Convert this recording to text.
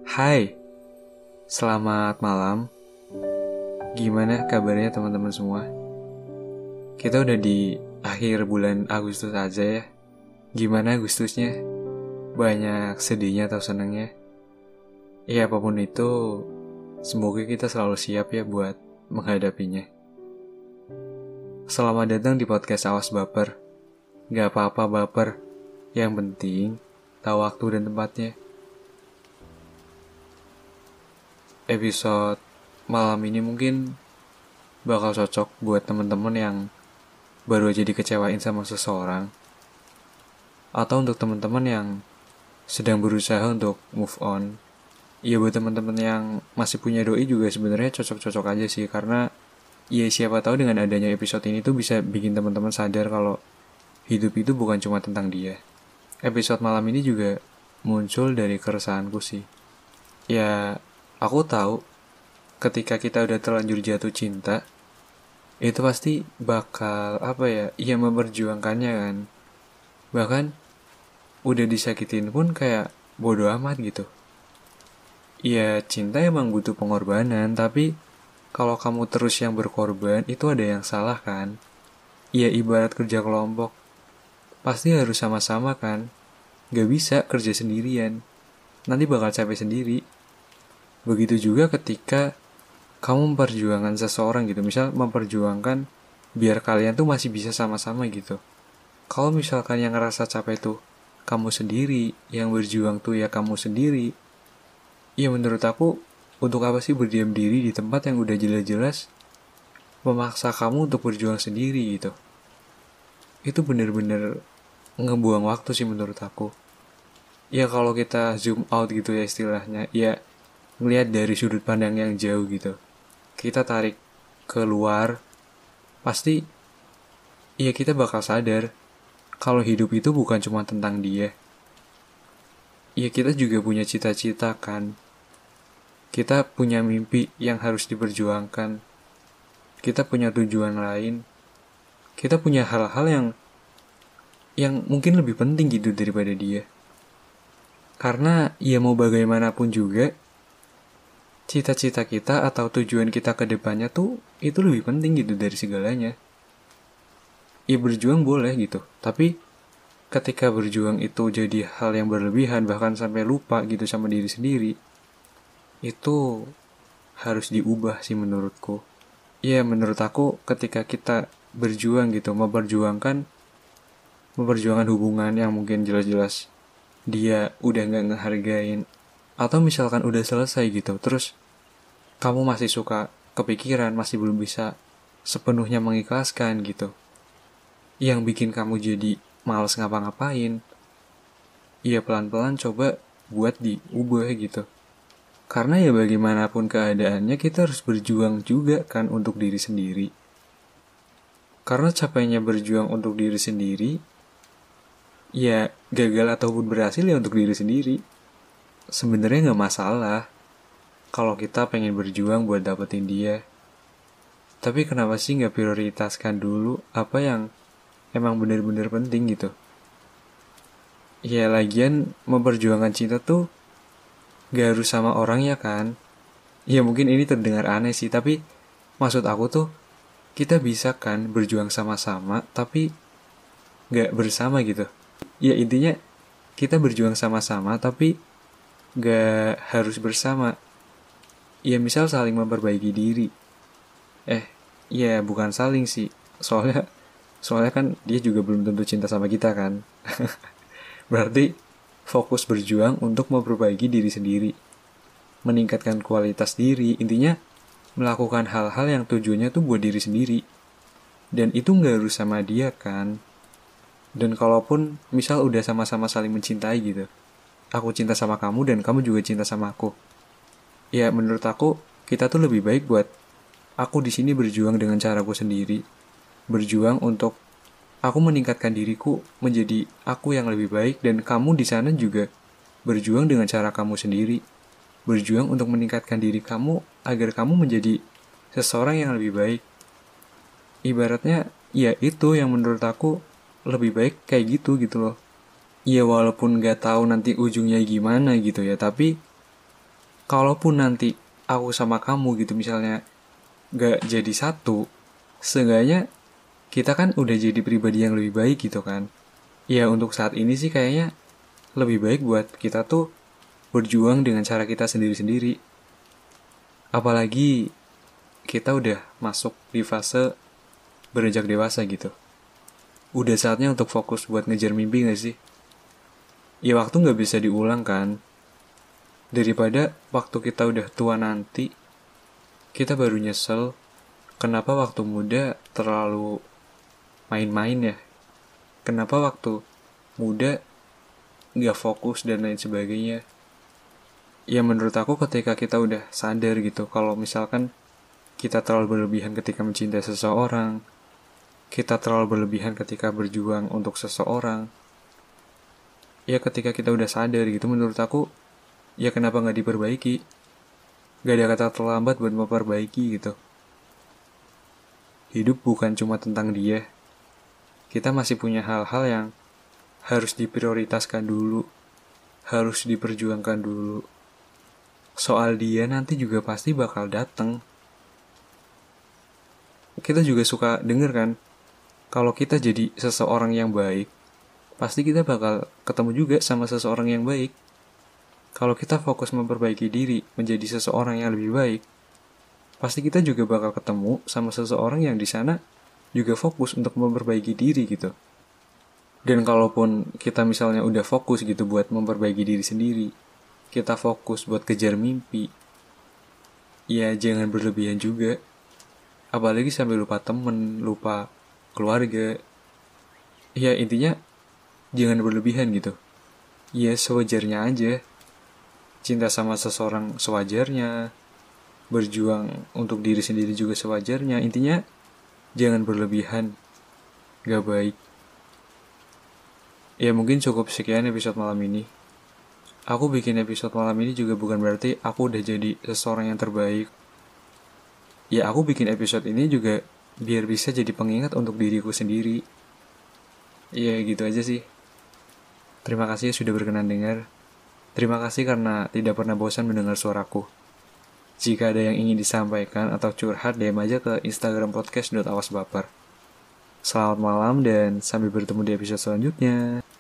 Hai, selamat malam. Gimana kabarnya teman-teman semua? Kita udah di akhir bulan Agustus aja ya. Gimana Agustusnya? Banyak sedihnya atau senangnya? Ya apapun itu, semoga kita selalu siap ya buat menghadapinya. Selamat datang di podcast Awas Baper. Gak apa-apa baper, yang penting tahu waktu dan tempatnya. Episode malam ini mungkin bakal cocok buat teman-teman yang baru aja dikecewain sama seseorang, atau untuk teman-teman yang sedang berusaha untuk move on. Ya buat teman-teman yang masih punya doi juga sebenarnya cocok-cocok aja sih, karena ya siapa tahu dengan adanya episode ini tuh bisa bikin teman-teman sadar kalau hidup itu bukan cuma tentang dia. Episode malam ini juga muncul dari keresahanku sih. Ya, aku tahu ketika kita udah terlanjur jatuh cinta, itu pasti bakal ya memperjuangkannya kan. Bahkan udah disakitin pun kayak bodo amat gitu. Ya cinta emang butuh pengorbanan, tapi kalau kamu terus yang berkorban itu ada yang salah kan. Ya ibarat kerja kelompok, pasti harus sama-sama kan. Gak bisa kerja sendirian, nanti bakal capek sendiri. Begitu juga ketika kamu memperjuangkan seseorang gitu, misal memperjuangkan biar kalian tuh masih bisa sama-sama gitu. Kalau misalkan yang ngerasa capek tuh kamu sendiri, yang berjuang tuh ya kamu sendiri, ya menurut aku untuk apa sih berdiam diri di tempat yang udah jelas-jelas memaksa kamu untuk berjuang sendiri gitu. Itu bener-bener ngebuang waktu sih menurut aku. Ya kalau kita zoom out gitu ya istilahnya, ya ngelihat dari sudut pandang yang jauh gitu, kita tarik keluar, pasti ya kita bakal sadar kalau hidup itu bukan cuma tentang dia. Ya kita juga punya cita-cita kan. Kita punya mimpi yang harus diperjuangkan. Kita punya tujuan lain. Kita punya hal-hal yang mungkin lebih penting gitu daripada dia. Karena ya mau bagaimanapun juga, cita-cita kita atau tujuan kita ke depannya tuh itu lebih penting gitu dari segalanya. Ya berjuang boleh gitu, tapi ketika berjuang itu jadi hal yang berlebihan bahkan sampai lupa gitu sama diri sendiri, itu harus diubah sih menurutku. Ya menurut aku ketika kita berjuang gitu, memperjuangkan hubungan yang mungkin jelas-jelas dia udah gak ngehargain, atau misalkan udah selesai gitu, terus kamu masih suka kepikiran, masih belum bisa sepenuhnya mengikhlaskan gitu, yang bikin kamu jadi males ngapa-ngapain, ya pelan-pelan coba buat diubah gitu. Karena ya bagaimanapun keadaannya kita harus berjuang juga kan untuk diri sendiri. Karena capeknya berjuang untuk diri sendiri, ya gagal ataupun berhasil ya untuk diri sendiri. Sebenarnya gak masalah kalau kita pengen berjuang buat dapetin dia. Tapi kenapa sih gak prioritaskan dulu apa yang emang bener-bener penting gitu. Ya lagian memperjuangkan cinta tuh gak harus sama orangnya kan. Ya mungkin ini terdengar aneh sih, tapi maksud aku tuh kita bisa kan berjuang sama-sama tapi gak bersama gitu. Ya intinya kita berjuang sama-sama tapi gak harus bersama. Ya misal saling memperbaiki diri. Ya bukan saling sih. Soalnya kan dia juga belum tentu cinta sama kita kan. Berarti fokus berjuang untuk memperbaiki diri sendiri, meningkatkan kualitas diri, intinya melakukan hal-hal yang tujuannya tuh buat diri sendiri. Dan itu gak harus sama dia kan. Dan kalaupun misal udah sama-sama saling mencintai gitu, aku cinta sama kamu dan kamu juga cinta sama aku, ya menurut aku kita tuh lebih baik buat aku di sini berjuang dengan caraku sendiri, berjuang untuk aku meningkatkan diriku menjadi aku yang lebih baik, dan kamu di sana juga berjuang dengan cara kamu sendiri, berjuang untuk meningkatkan diri kamu agar kamu menjadi seseorang yang lebih baik. Ibaratnya ya itu yang menurut aku lebih baik kayak gitu loh. Ya walaupun gak tahu nanti ujungnya gimana gitu ya, tapi kalaupun nanti aku sama kamu gitu misalnya gak jadi satu, seenggaknya kita kan udah jadi pribadi yang lebih baik gitu kan. Ya untuk saat ini sih kayaknya lebih baik buat kita tuh berjuang dengan cara kita sendiri-sendiri. Apalagi kita udah masuk di fase beranjak dewasa gitu. Udah saatnya untuk fokus buat ngejar mimpi gak sih? Ya waktu gak bisa diulang kan. Daripada waktu kita udah tua nanti, kita baru nyesel kenapa waktu muda terlalu main-main ya. Kenapa waktu muda gak fokus dan lain sebagainya. Ya menurut aku ketika kita udah sadar gitu, kalau misalkan kita terlalu berlebihan ketika mencintai seseorang, kita terlalu berlebihan ketika berjuang untuk seseorang, ya ketika kita udah sadar gitu, menurut aku, ya kenapa gak diperbaiki? Gak ada kata terlambat buat memperbaiki gitu. Hidup bukan cuma tentang dia. Kita masih punya hal-hal yang harus diprioritaskan dulu, harus diperjuangkan dulu. Soal dia nanti juga pasti bakal datang. Kita juga suka denger kan, kalau kita jadi seseorang yang baik, pasti kita bakal ketemu juga sama seseorang yang baik. Kalau kita fokus memperbaiki diri menjadi seseorang yang lebih baik, pasti kita juga bakal ketemu sama seseorang yang di sana juga fokus untuk memperbaiki diri gitu. Dan kalaupun kita misalnya udah fokus gitu buat memperbaiki diri sendiri, kita fokus buat kejar mimpi, ya jangan berlebihan juga. Apalagi sampai lupa temen, lupa keluarga. Ya intinya jangan berlebihan gitu. Ya sewajarnya aja. Cinta sama seseorang sewajarnya, berjuang untuk diri sendiri juga sewajarnya. Intinya jangan berlebihan, gak baik. Ya mungkin cukup sekian episode malam ini. Aku bikin episode malam ini juga bukan berarti aku udah jadi seseorang yang terbaik. Ya aku bikin episode ini juga biar bisa jadi pengingat untuk diriku sendiri. Ya gitu aja sih. Terima kasih sudah berkenan dengar. Terima kasih karena tidak pernah bosan mendengar suaraku. Jika ada yang ingin disampaikan atau curhat, DM aja ke Instagram podcast.awasbaper. Selamat malam dan sampai bertemu di episode selanjutnya.